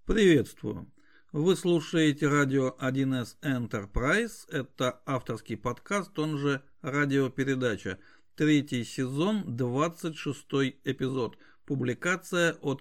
Приветствую! Вы слушаете радио 1С Enterprise. Это авторский подкаст, он же радиопередача. 3 сезон, 26 эпизод. Публикация от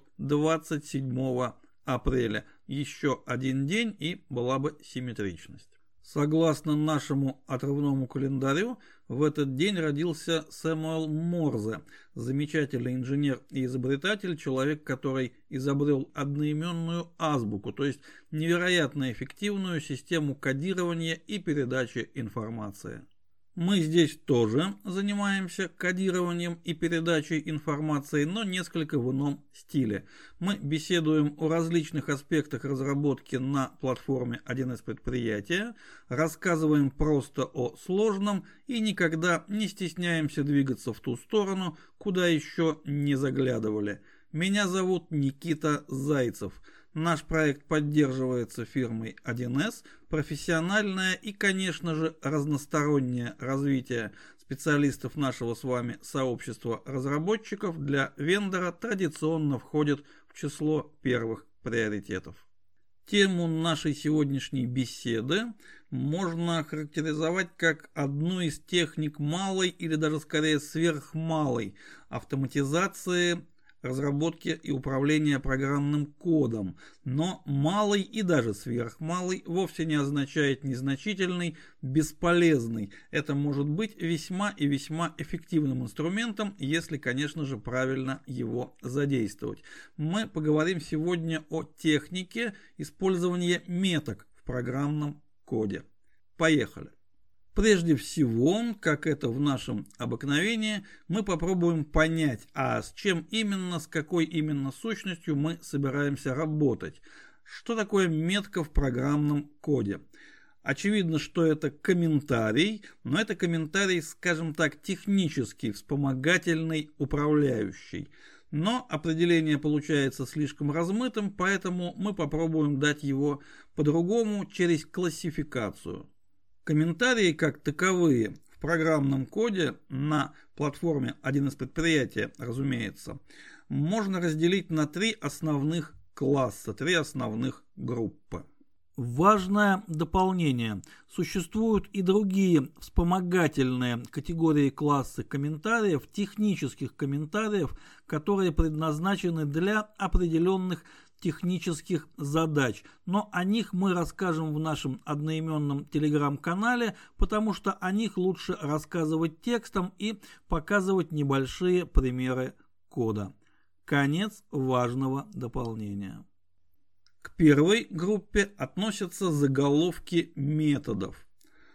27 апреля. Еще один день и была бы симметричность. Согласно нашему отрывному календарю, в этот день родился Сэмюэл Морзе, замечательный инженер и изобретатель, человек, который изобрел одноименную азбуку, то есть невероятно эффективную систему кодирования и передачи информации. Мы здесь тоже занимаемся кодированием и передачей информации, но несколько в ином стиле. Мы беседуем о различных аспектах разработки на платформе 1С предприятия, рассказываем просто о сложном и никогда не стесняемся двигаться в ту сторону, куда еще не заглядывали. Меня зовут Никита Зайцев. Наш проект поддерживается фирмой 1С, профессиональное и, конечно же, разностороннее развитие специалистов нашего с вами сообщества разработчиков для вендора традиционно входит в число первых приоритетов. Тему нашей сегодняшней беседы можно характеризовать как одну из техник малой или даже скорее сверхмалой автоматизации разработки и управления программным кодом, но малый и даже сверхмалый вовсе не означает незначительный, бесполезный. Это может быть весьма и весьма эффективным инструментом, если, конечно же, правильно его задействовать. Мы поговорим сегодня о технике использования меток в программном коде. Поехали! Прежде всего, как это в нашем обыкновении, мы попробуем понять, а с чем именно, с какой именно сущностью мы собираемся работать. Что такое метка в программном коде? Очевидно, что это комментарий, но это комментарий, скажем так, технический, вспомогательный, управляющий. Но определение получается слишком размытым, поэтому мы попробуем дать его по-другому через классификацию. Комментарии как таковые в программном коде на платформе 1С предприятия, разумеется, можно разделить на 3 основных класса, 3 основных группы. Важное дополнение. Существуют и другие вспомогательные категории классы комментариев, технических комментариев, которые предназначены для определенных технических задач, но о них мы расскажем в нашем одноименном телеграм-канале, потому что о них лучше рассказывать текстом и показывать небольшие примеры кода. Конец важного дополнения. К первой группе относятся заголовки методов.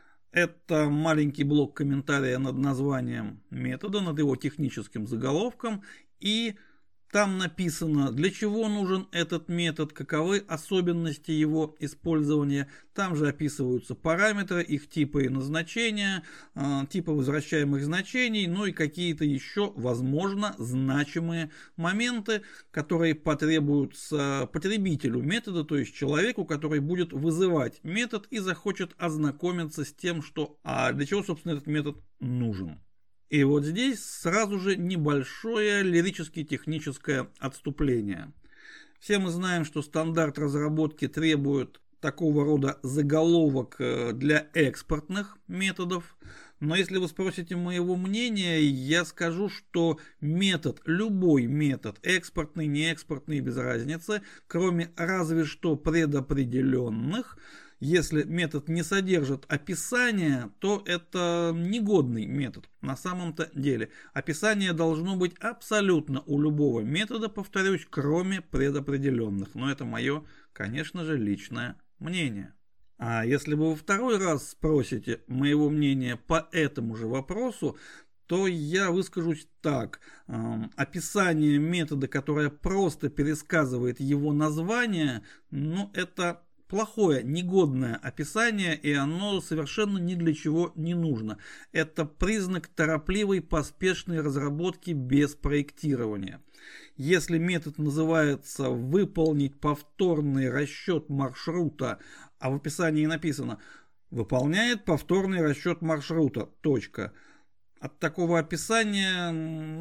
Это маленький блок комментария над названием метода, над его техническим заголовком, и там написано, для чего нужен этот метод, каковы особенности его использования. Там же описываются параметры, их типы и назначения, типы возвращаемых значений, ну и какие-то еще, возможно, значимые моменты, которые потребуются потребителю метода, то есть человеку, который будет вызывать метод и захочет ознакомиться с тем, что, для чего, собственно, этот метод нужен. И вот здесь сразу же небольшое лирически-техническое отступление. Все мы знаем, что стандарт разработки требует такого рода заголовок для экспортных методов. Но если вы спросите моего мнения, я скажу, что метод, любой метод, экспортный, неэкспортный, без разницы, кроме разве что предопределенных, если метод не содержит описания, то это негодный метод на самом-то деле. Описание должно быть абсолютно у любого метода, повторюсь, кроме предопределенных. Но это мое, конечно же, личное мнение. А если вы во второй раз спросите моего мнения по этому же вопросу, то я выскажусь так. Описание метода, которое просто пересказывает его название, это плохое, негодное описание, и оно совершенно ни для чего не нужно. Это признак торопливой, поспешной разработки без проектирования. Если метод называется «выполнить повторный расчет маршрута», а в описании написано «выполняет повторный расчет маршрута», точка, От такого описания,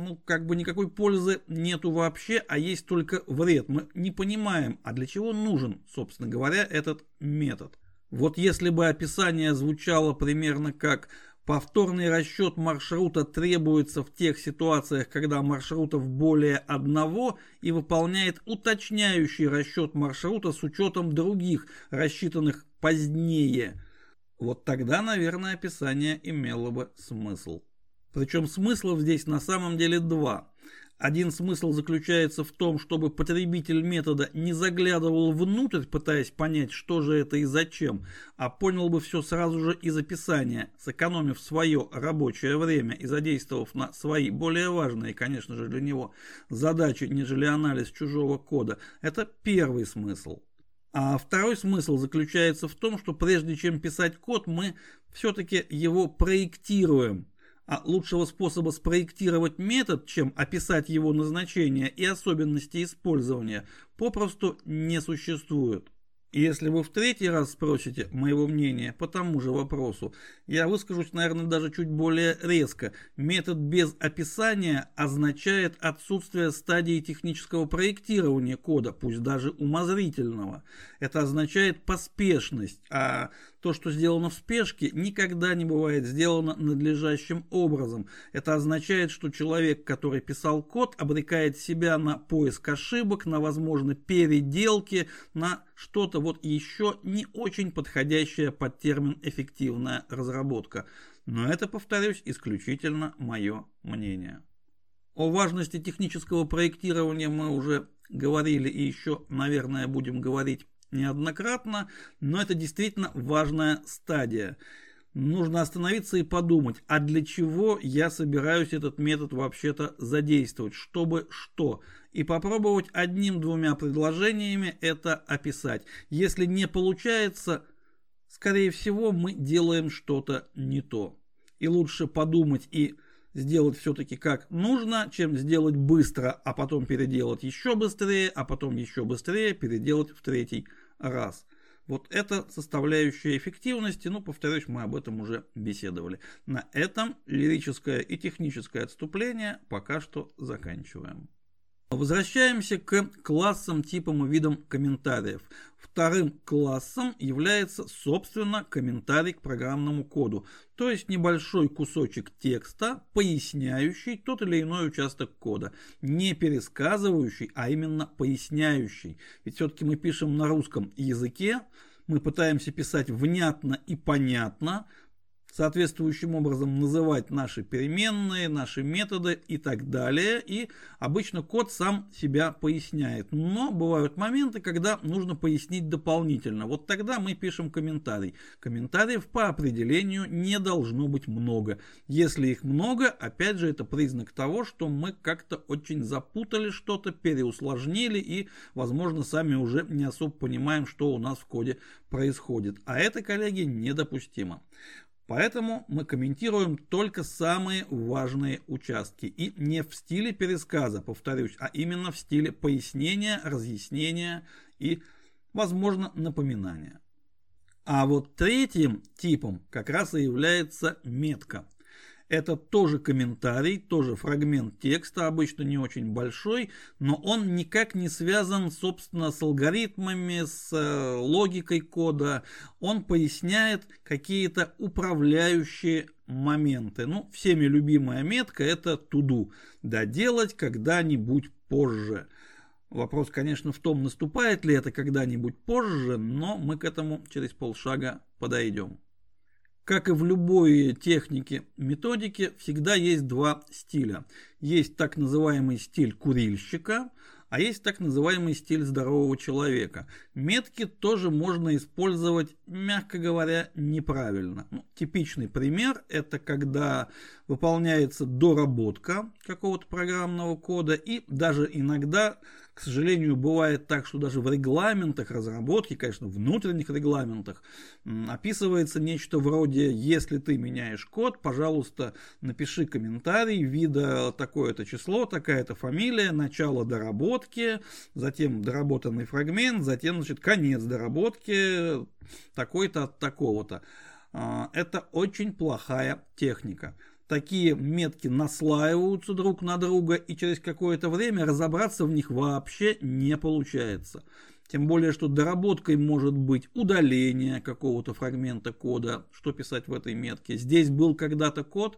никакой пользы нету вообще, а есть только вред. Мы не понимаем, а для чего нужен, собственно говоря, этот метод. Вот если бы описание звучало примерно как «повторный расчет маршрута требуется в тех ситуациях, когда маршрутов более одного и выполняет уточняющий расчет маршрута с учетом других, рассчитанных позднее», вот тогда, наверное, описание имело бы смысл. Причем смыслов здесь на самом деле два. Один смысл заключается в том, чтобы потребитель метода не заглядывал внутрь, пытаясь понять, что же это и зачем, а понял бы все сразу же из описания, сэкономив свое рабочее время и задействовав на свои более важные, конечно же, для него задачи, нежели анализ чужого кода. Это первый смысл. А второй смысл заключается в том, что прежде чем писать код, мы все-таки его проектируем. А лучшего способа спроектировать метод, чем описать его назначение и особенности использования, попросту не существует. И если вы в третий раз спросите моего мнения по тому же вопросу, я выскажусь, наверное, даже чуть более резко. Метод без описания означает отсутствие стадии технического проектирования кода, пусть даже умозрительного. Это означает поспешность, а то, что сделано в спешке, никогда не бывает сделано надлежащим образом. Это означает, что человек, который писал код, обрекает себя на поиск ошибок, на, возможно, переделки, на что-то вот еще не очень подходящее под термин «эффективная разработка». Но это, повторюсь, исключительно мое мнение. О важности технического проектирования мы уже говорили и еще, наверное, будем говорить неоднократно, но это действительно важная стадия. Нужно остановиться и подумать, а для чего я собираюсь этот метод вообще-то задействовать, чтобы что? И попробовать одним-двумя предложениями это описать. Если не получается, скорее всего, мы делаем что-то не то. И лучше подумать и сделать все-таки как нужно, чем сделать быстро, а потом переделать еще быстрее, а потом еще быстрее переделать в третий раз. Вот это составляющая эффективности, повторюсь, мы об этом уже беседовали. На этом лирическое и техническое отступление пока что заканчиваем. Возвращаемся к классам, типам и видам комментариев. Вторым классом является, собственно, комментарий к программному коду, то есть небольшой кусочек текста, поясняющий тот или иной участок кода, не пересказывающий, а именно поясняющий. Ведь все-таки мы пишем на русском языке, мы пытаемся писать внятно и понятно, соответствующим образом называть наши переменные, наши методы и так далее. И обычно код сам себя поясняет. Но бывают моменты, когда нужно пояснить дополнительно. Вот тогда мы пишем комментарий. Комментариев по определению не должно быть много. Если их много, опять же, это признак того, что мы как-то очень запутали что-то, переусложнили и, возможно, сами уже не особо понимаем, что у нас в коде происходит. А это, коллеги, недопустимо. Поэтому мы комментируем только самые важные участки. И не в стиле пересказа, повторюсь, а именно в стиле пояснения, разъяснения и, возможно, напоминания. А вот третьим типом как раз и является метка. Это тоже комментарий, тоже фрагмент текста, обычно не очень большой, но он никак не связан, собственно, с алгоритмами, с логикой кода. Он поясняет какие-то управляющие моменты. Всеми любимая метка — это to do. Доделать когда-нибудь позже. Вопрос, конечно, в том, наступает ли это когда-нибудь позже, но мы к этому через полшага подойдем. Как и в любой технике, методике, всегда есть два стиля. Есть так называемый стиль курильщика, а есть так называемый стиль здорового человека. Метки тоже можно использовать, мягко говоря, неправильно. Типичный пример — это когда выполняется доработка какого-то программного кода, и даже иногда, к сожалению, бывает так, что даже в регламентах разработки, конечно, внутренних регламентах, описывается нечто вроде: если ты меняешь код, пожалуйста, напиши комментарий вида такое-то число, такая-то фамилия, начало доработки, затем доработанный фрагмент, затем, конец доработки, такой-то от такого-то. Это очень плохая техника. такие метки наслаиваются друг на друга, и через какое-то время разобраться в них вообще не получается. Тем более, что доработкой может быть удаление какого-то фрагмента кода, что писать в этой метке. Здесь был когда-то код,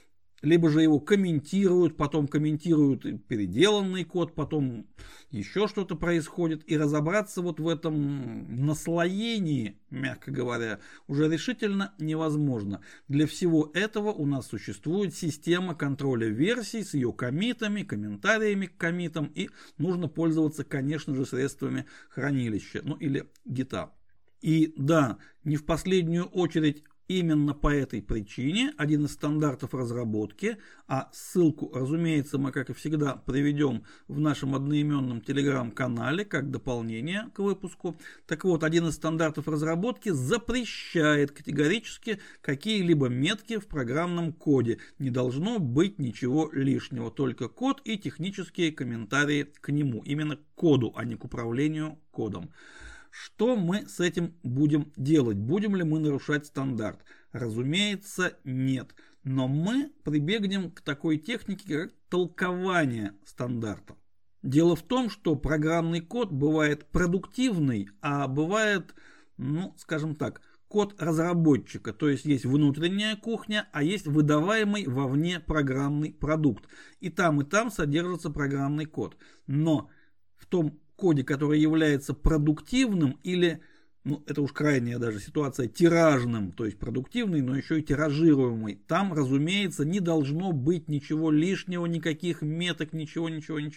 либо же его комментируют, потом комментируют переделанный код, потом еще что-то происходит. И разобраться вот в этом наслоении, мягко говоря, уже решительно невозможно. Для всего этого у нас существует система контроля версий с ее коммитами, комментариями к коммитам. И нужно пользоваться, конечно же, средствами хранилища, ну или гита. И да, не в последнюю очередь, именно по этой причине один из стандартов разработки, а ссылку, разумеется, мы, как и всегда, приведем в нашем одноименном телеграм-канале как дополнение к выпуску. Так вот, один из стандартов разработки запрещает категорически какие-либо метки в программном коде. Не должно быть ничего лишнего, только код и технические комментарии к нему. Именно к коду, а не к управлению кодом. Что мы с этим будем делать? Будем ли мы нарушать стандарт? Разумеется, нет. Но мы прибегнем к такой технике, как толкование стандарта. Дело в том, что программный код бывает продуктивный, а бывает, скажем так, код разработчика. То есть есть внутренняя кухня, а есть выдаваемый вовне программный продукт. И там содержится программный код. Но в том коде, который является продуктивным или, это уж крайняя даже ситуация, тиражным, то есть продуктивный, но еще и тиражируемый, там, разумеется, не должно быть ничего лишнего, никаких меток, ничего.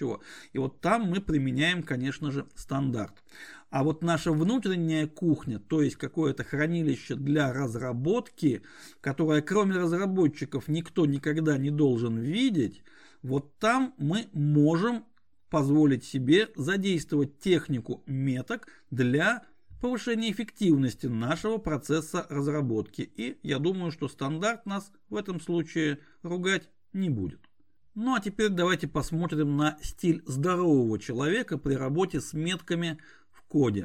И вот там мы применяем, конечно же, стандарт. А вот наша внутренняя кухня, то есть какое-то хранилище для разработки, которое кроме разработчиков никто никогда не должен видеть, вот там мы можем позволить себе задействовать технику меток для повышения эффективности нашего процесса разработки. И я думаю, что стандарт нас в этом случае ругать не будет. Ну а теперь давайте посмотрим на стиль здорового человека при работе с метками в коде.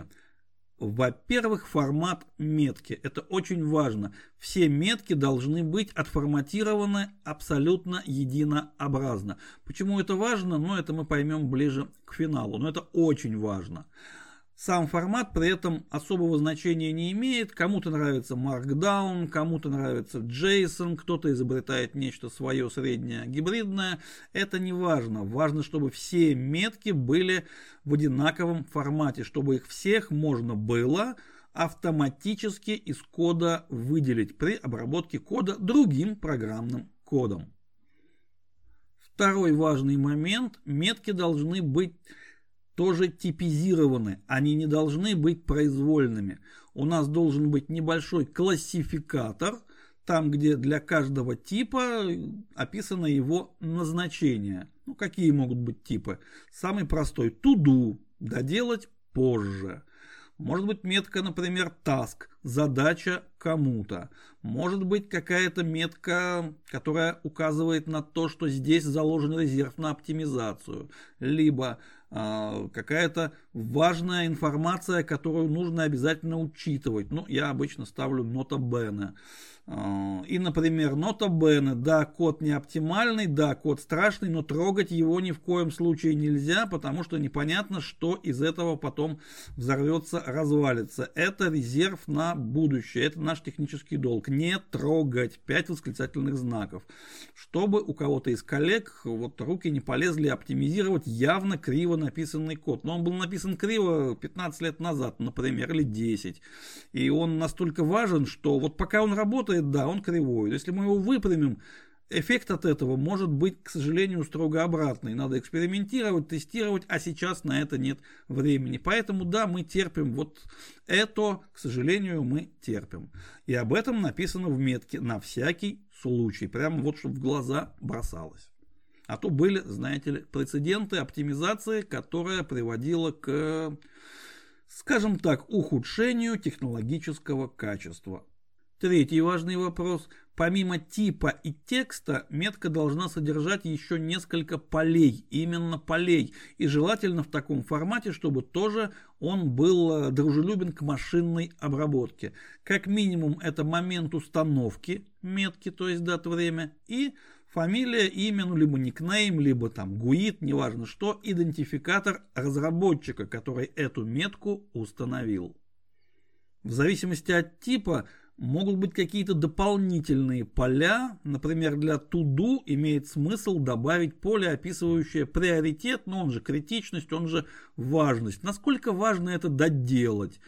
Во-первых, формат метки. Это очень важно. Все метки должны быть отформатированы абсолютно единообразно. Почему это важно? Это мы поймем ближе к финалу. Но это очень важно. Сам формат при этом особого значения не имеет. Кому-то нравится Markdown, кому-то нравится JSON, кто-то изобретает нечто свое среднее гибридное. Это не важно. Важно, чтобы все метки были в одинаковом формате, чтобы их всех можно было автоматически из кода выделить при обработке кода другим программным кодом. Второй важный момент. Метки должны быть тоже типизированы, они не должны быть произвольными. У нас должен быть небольшой классификатор, там где для каждого типа описано его назначение. Какие могут быть типы? Самый простой – to do, доделать позже. Может быть метка, например, task, задача кому-то. Может быть какая-то метка, которая указывает на то, что здесь заложен резерв на оптимизацию. Либо какая-то важная информация, которую нужно обязательно учитывать. Я обычно ставлю nota bene. И, например, nota bene, да, код не оптимальный, да, код страшный, но трогать его ни в коем случае нельзя, потому что непонятно, что из этого потом взорвется, развалится. Это резерв на будущее, это наш технический долг. Не трогать. 5 восклицательных знаков. Чтобы у кого-то из коллег руки не полезли оптимизировать явно криво написанный код. Но он был написан криво 15 лет назад, например, или 10. И он настолько важен, что пока он работает, да, он кривой. Если мы его выпрямим, эффект от этого может быть, к сожалению, строго обратный. Надо экспериментировать, тестировать, а сейчас на это нет времени. Поэтому, да, мы терпим это, к сожалению, мы терпим. И об этом написано в метке на всякий случай. Прямо чтобы в глаза бросалось. А то были, знаете ли, прецеденты оптимизации, которая приводила к, ухудшению технологического качества. Третий важный вопрос. помимо типа и текста, метка должна содержать еще несколько полей, именно полей. И желательно в таком формате, чтобы тоже он был дружелюбен к машинной обработке. Как минимум это момент установки метки, то есть дата, время, и фамилия, имя, ну либо никнейм, либо там ГУИД, неважно что, идентификатор разработчика, который эту метку установил. В зависимости от типа могут быть какие-то дополнительные поля. Например, для to-do имеет смысл добавить поле, описывающее приоритет, но он же критичность, он же важность. Насколько важно это доделать.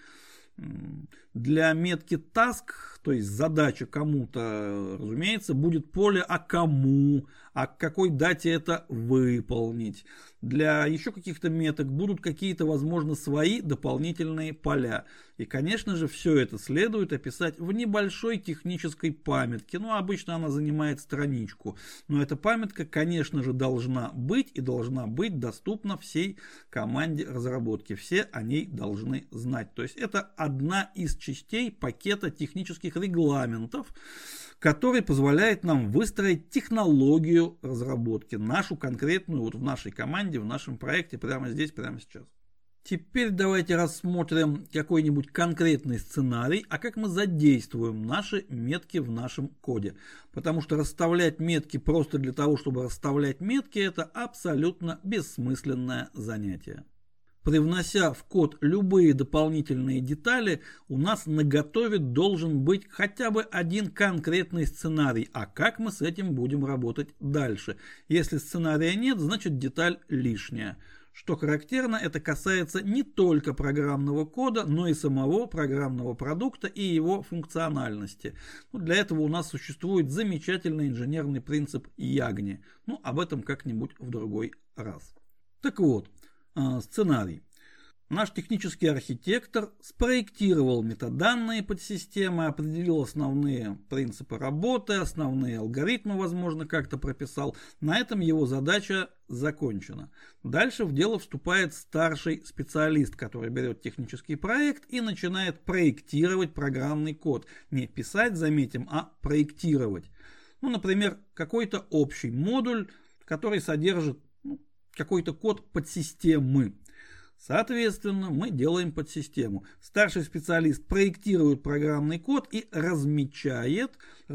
Для метки task, то есть задача кому-то, разумеется, будет поле «а кому», а к какой дате это выполнить. Для еще каких-то меток будут какие-то, возможно, свои дополнительные поля. И, конечно же, все это следует описать в небольшой технической памятке. Ну, обычно она занимает страничку. Но эта памятка, конечно же, должна быть и должна быть доступна всей команде разработки. Все о ней должны знать. То есть это одна из частей пакета технических регламентов, который позволяет нам выстроить технологию разработки, нашу конкретную, вот в нашей команде, в нашем проекте, прямо здесь, прямо сейчас. Теперь давайте рассмотрим какой-нибудь конкретный сценарий, а как мы задействуем наши метки в нашем коде. Потому что расставлять метки просто для того, чтобы расставлять метки, это абсолютно бессмысленное занятие. Привнося в код любые дополнительные детали, у нас наготове должен быть хотя бы один конкретный сценарий. А как мы с этим будем работать дальше? Если сценария нет, значит деталь лишняя. Что характерно, это касается не только программного кода, но и самого программного продукта и его функциональности. Для этого у нас существует замечательный инженерный принцип Ягни. Об этом как-нибудь в другой раз. Так вот. Сценарий. Наш технический архитектор спроектировал метаданные подсистемы, определил основные принципы работы, основные алгоритмы, возможно, как-то прописал. На этом его задача закончена. Дальше в дело вступает старший специалист, который берет технический проект и начинает проектировать программный код. Не писать, заметим, а проектировать. Например, какой-то общий модуль, который содержит какой-то код подсистемы. Соответственно, мы делаем подсистему. Старший специалист проектирует программный код и размечает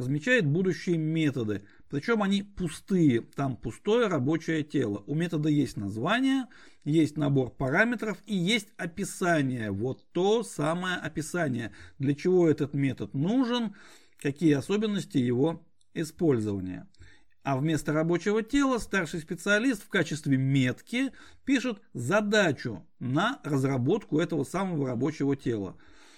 будущие методы. Причем они пустые, там пустое рабочее тело. У метода есть название, есть набор параметров и есть описание. Вот то самое описание. Для чего этот метод нужен, какие особенности его использования. А вместо рабочего тела старший специалист в качестве метки пишет задачу на разработку этого самого рабочего тела.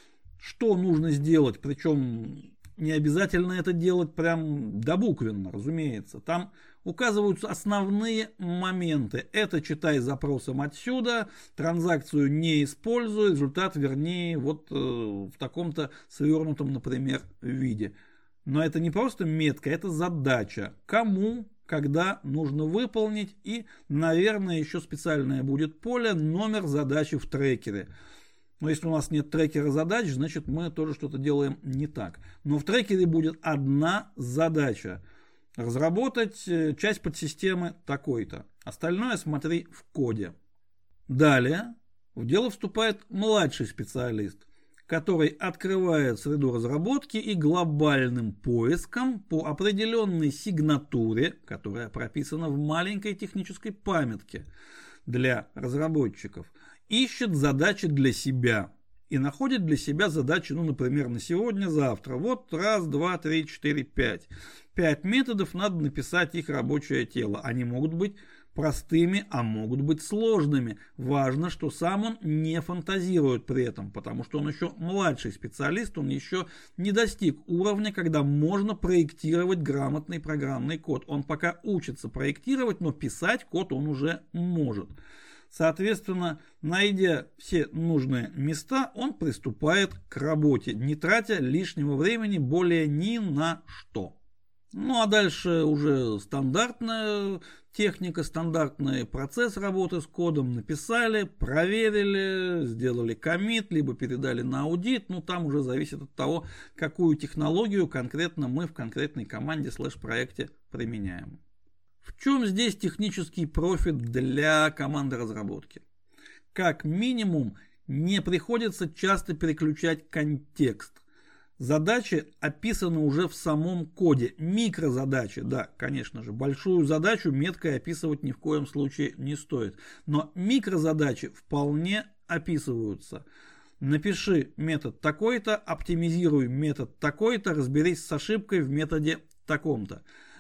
Что нужно сделать, причем не обязательно это делать прям добуквенно, разумеется. Там указываются основные моменты. Это читай запросом отсюда, транзакцию не используй, результат верни вот в таком-то свернутом, например, виде. Но это не просто метка, это задача. Кому, когда нужно выполнить. И, наверное, еще специальное будет поле номер задачи в трекере. Но если у нас нет трекера задач, значит мы тоже что-то делаем не так. Но в трекере будет одна задача. Разработать часть подсистемы такой-то. Остальное смотри в коде. Далее в дело вступает младший специалист, который открывает среду разработки и глобальным поиском по определенной сигнатуре, которая прописана в маленькой технической памятке для разработчиков, ищет задачи для себя и находит для себя задачи, например, на сегодня, завтра. Вот 1, 2, 3, 4, 5. 5 методов, надо написать их рабочее тело. Они могут быть простыми, а могут быть сложными. Важно, что сам он не фантазирует при этом, потому что он еще младший специалист, он еще не достиг уровня, когда можно проектировать грамотный программный код. Он пока учится проектировать, но писать код он уже может. Соответственно, найдя все нужные места, он приступает к работе, не тратя лишнего времени более ни на что. Ну а дальше уже стандартная техника, стандартный процесс работы с кодом. Написали, проверили, сделали коммит, либо передали на аудит. Ну там уже зависит от того, какую технологию конкретно мы в конкретной команде /проекте применяем. В чем здесь технический профит для команды разработки? Как минимум не приходится часто переключать контекст. Задачи описаны уже в самом коде. Микрозадачи, да, конечно же. Большую задачу меткой описывать ни в коем случае не стоит. Но микрозадачи вполне описываются. Напиши метод такой-то, оптимизируй метод такой-то, разберись с ошибкой в методе таком-то.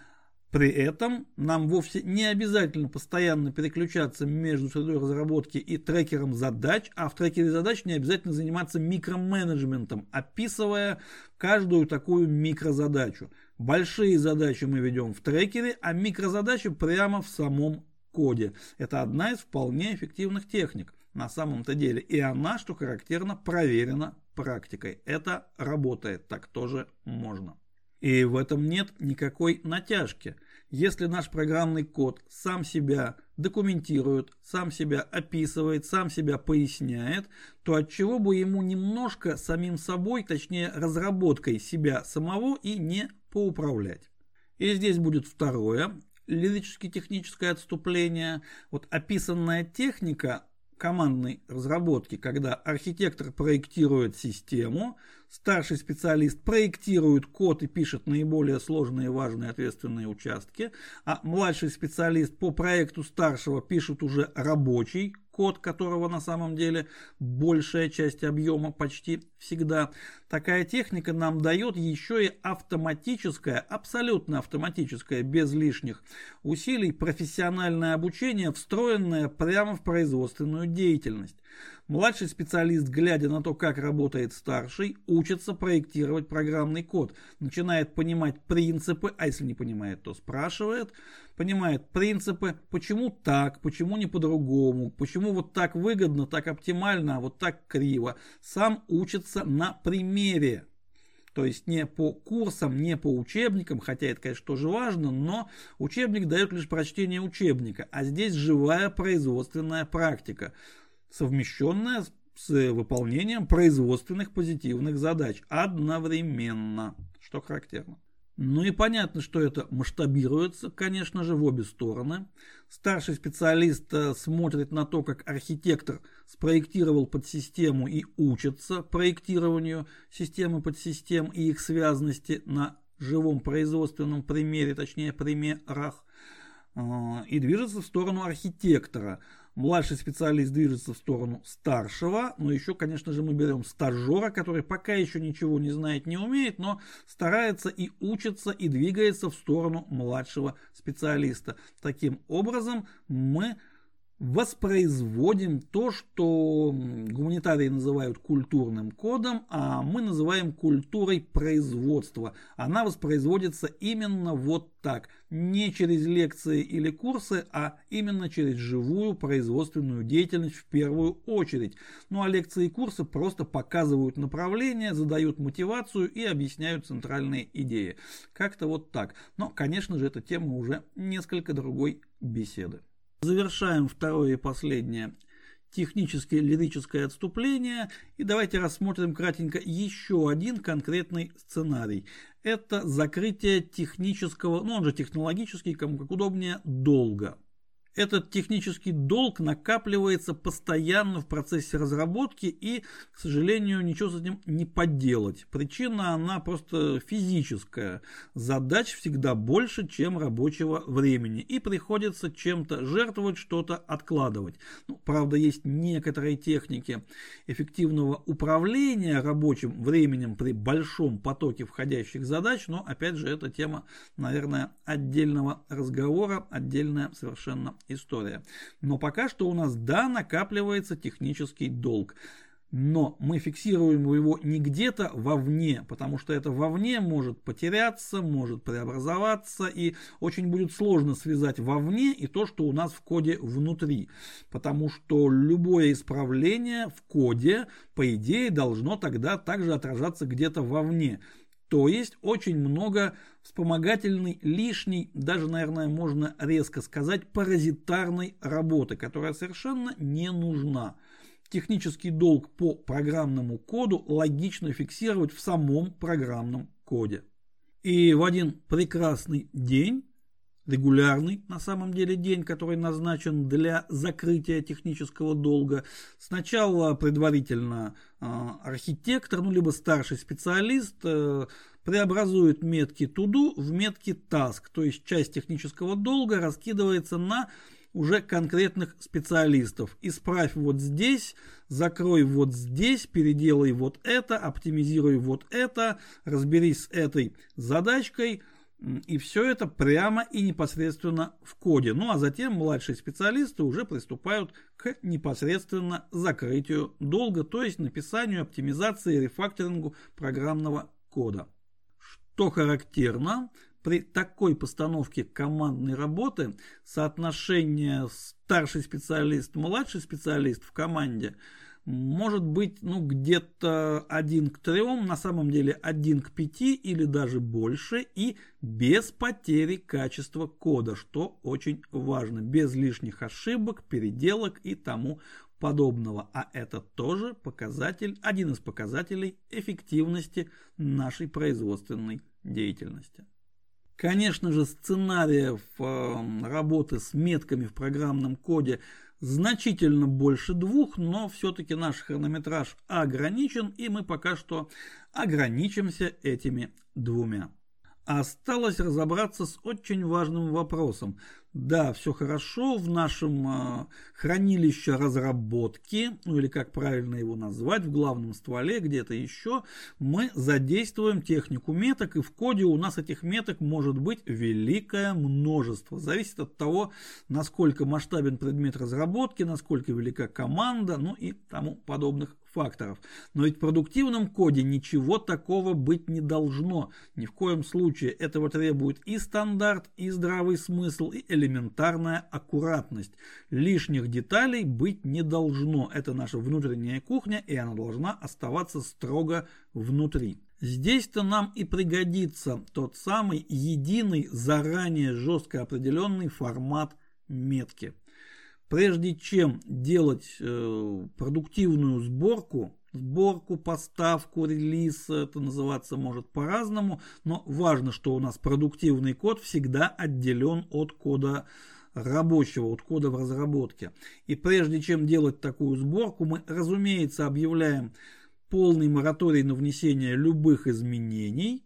При этом нам вовсе не обязательно постоянно переключаться между средой разработки и трекером задач, а в трекере задач не обязательно заниматься микроменеджментом, описывая каждую такую микрозадачу. Большие задачи мы ведем в трекере, а микрозадачи прямо в самом коде. Это одна из вполне эффективных техник на самом-то деле. И она, что характерно, проверена практикой. Это работает, так тоже можно. И в этом нет никакой натяжки. Если наш программный код сам себя документирует, сам себя описывает, сам себя поясняет, то отчего бы ему немножко самим собой, точнее разработкой себя самого и не поуправлять. И здесь будет второе лирически-техническое отступление. Вот описанная техника командной разработки, когда архитектор проектирует систему, старший специалист проектирует код и пишет наиболее сложные, важные, ответственные участки, а младший специалист по проекту старшего пишет уже рабочий код, которого на самом деле большая часть объема почти всегда. Такая техника нам дает еще и автоматическое, абсолютно автоматическое, без лишних усилий, профессиональное обучение, встроенное прямо в производственную деятельность. Младший специалист, глядя на то, как работает старший, учится проектировать программный код, начинает понимать принципы, а если не понимает, то спрашивает, понимает принципы, почему так, почему не по-другому, почему вот так выгодно, так оптимально, а вот так криво. Сам учится на примере. То есть не по курсам, не по учебникам, хотя это, конечно, тоже важно, но учебник дает лишь прочтение учебника, а здесь живая производственная практика, совмещенная с выполнением производственных позитивных задач одновременно, что характерно. Ну и понятно, что это масштабируется, конечно же, в обе стороны. Старший специалист смотрит на то, как архитектор спроектировал подсистему и учится проектированию системы подсистем и их связности на живом производственном примере, точнее примерах, и движется в сторону архитектора. Младший специалист движется в сторону старшего, но еще, конечно же, мы берем стажера, который пока еще ничего не знает, не умеет, но старается и учится, и двигается в сторону младшего специалиста. Таким образом, мы воспроизводим то, что гуманитарии называют культурным кодом, а мы называем культурой производства. Она воспроизводится именно вот так, не через лекции или курсы, а именно через живую производственную деятельность в первую очередь. Ну а лекции и курсы просто показывают направление, задают мотивацию и объясняют центральные идеи. Как-то вот так. Но, конечно же, эта тема уже несколько другой беседы. Завершаем второе и последнее техническое лирическое отступление. И давайте рассмотрим кратенько еще один конкретный сценарий. Это закрытие технического, ну он же технологический, кому как удобнее, долга. Этот технический долг накапливается постоянно в процессе разработки и, к сожалению, ничего с этим не поделать. Причина, она просто физическая. Задач всегда больше, чем рабочего времени. И приходится чем-то жертвовать, что-то откладывать. Ну, правда, есть некоторые техники эффективного управления рабочим временем при большом потоке входящих задач. Но, опять же, это тема, наверное, отдельного разговора, отдельная совершенно история. Но пока что у нас, да, накапливается технический долг. Но мы фиксируем его не где-то вовне, потому что это вовне может потеряться, может преобразоваться, и очень будет сложно связать вовне и то, что у нас в коде внутри. Потому что любое исправление в коде, по идее, должно тогда также отражаться где-то вовне. То есть очень много вспомогательной, лишней, даже, наверное, можно резко сказать, паразитарной работы, которая совершенно не нужна. Технический долг по программному коду логично фиксировать в самом программном коде. И в один прекрасный день, регулярный на самом деле день, который назначен для закрытия технического долга, сначала предварительно архитектор, либо старший специалист преобразует метки to do в метки task, то есть часть технического долга раскидывается на уже конкретных специалистов. Исправь вот здесь, закрой вот здесь, переделай вот это, оптимизируй вот это, разберись с этой задачкой. И все это прямо и непосредственно в коде. Ну а затем младшие специалисты уже приступают к непосредственно закрытию долга, то есть написанию, оптимизации, рефакторингу программного кода. Что характерно, при такой постановке командной работы соотношение старший специалист, младший специалист в команде может быть где-то 1 к 3, на самом деле 1 к 5 или даже больше, и без потери качества кода, что очень важно, без лишних ошибок, переделок и тому подобного. А это тоже показатель, один из показателей эффективности нашей производственной деятельности. Конечно же, сценариев работы с метками в программном коде значительно больше 2, но все-таки наш хронометраж ограничен, и мы пока что ограничимся этими 2. Осталось разобраться с очень важным вопросом. Да, все хорошо, в нашем хранилище разработки, или как правильно его назвать, в главном стволе, где-то еще, мы задействуем технику меток, и в коде у нас этих меток может быть великое множество. Зависит от того, насколько масштабен предмет разработки, насколько велика команда, и тому подобных факторов. Но ведь в продуктивном коде ничего такого быть не должно. Ни в коем случае. Этого требует и стандарт, и здравый смысл, и элементарная аккуратность. Лишних деталей быть не должно. Это наша внутренняя кухня, и она должна оставаться строго внутри. Здесь-то нам и пригодится тот самый единый, заранее жестко определенный формат метки. Прежде чем делать продуктивную сборку, поставку, релиз, это называться может по-разному, но важно, что у нас продуктивный код всегда отделен от кода рабочего, от кода в разработке. И прежде чем делать такую сборку, мы, разумеется, объявляем полный мораторий на внесение любых изменений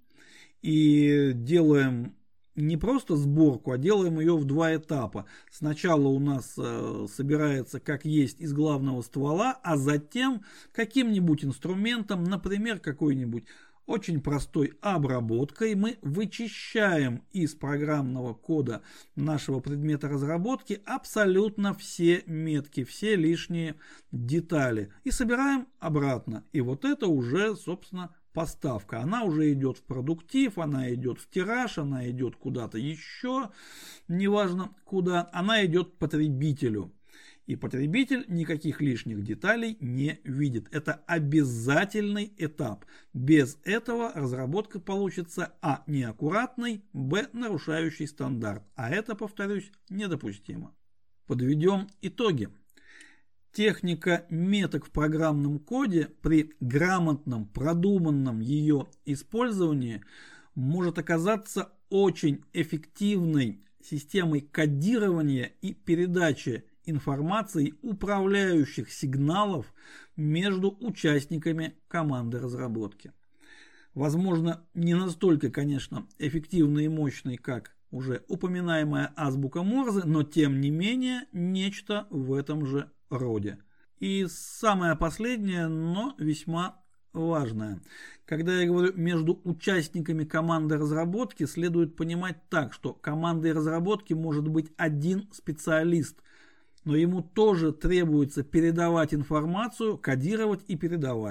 и делаем не просто сборку, а делаем ее в 2 этапа. Сначала у нас собирается как есть из главного ствола, а затем каким-нибудь инструментом, например, какой-нибудь очень простой обработкой, мы вычищаем из программного кода нашего предмета разработки абсолютно все метки, все лишние детали и собираем обратно. И вот это уже, собственно, поставка. Она уже идет в продуктив, она идет в тираж, она идет куда-то еще, неважно куда, она идет к потребителю. И потребитель никаких лишних деталей не видит. Это обязательный этап. Без этого разработка получится а. неаккуратной, б. нарушающей стандарт. А это, повторюсь, недопустимо. Подведем итоги. Техника меток в программном коде при грамотном, продуманном ее использовании может оказаться очень эффективной системой кодирования и передачи информации, управляющих сигналов между участниками команды разработки. Возможно, не настолько, конечно, эффективной и мощной, как уже упоминаемая азбука Морзе, но тем не менее нечто в этом же роде. И самое последнее, но весьма важное. Когда я говорю между участниками команды разработки, следует понимать так, что командой разработки может быть один специалист, но ему тоже требуется передавать информацию, кодировать и передавать.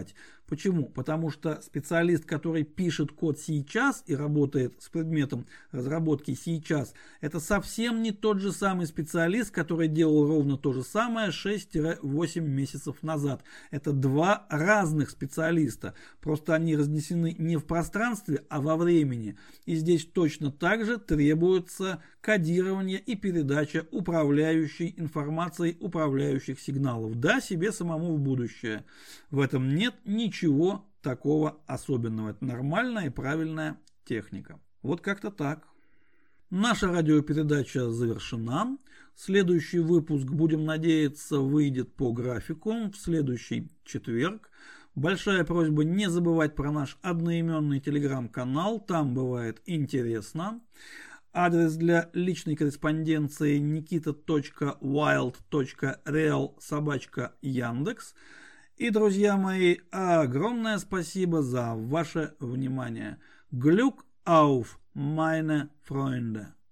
Почему? Потому что специалист, который пишет код сейчас и работает с предметом разработки сейчас, это совсем не тот же самый специалист, который делал ровно то же самое 6-8 месяцев назад. Это два разных специалиста. Просто они разнесены не в пространстве, а во времени. И здесь точно так же требуется кодирование и передача управляющей информацией, управляющих сигналов. Да, себе самому в будущее. В этом нет ничего такого особенного. Это нормальная и правильная техника. Вот как-то так. Наша радиопередача завершена. Следующий выпуск, будем надеяться, выйдет по графику в следующий четверг. Большая просьба не забывать про наш одноименный телеграм-канал, там бывает интересно. Адрес для личной корреспонденции nikita.wild.real@Яндекс. И, друзья мои, огромное спасибо за ваше внимание. Glück auf, meine Freunde!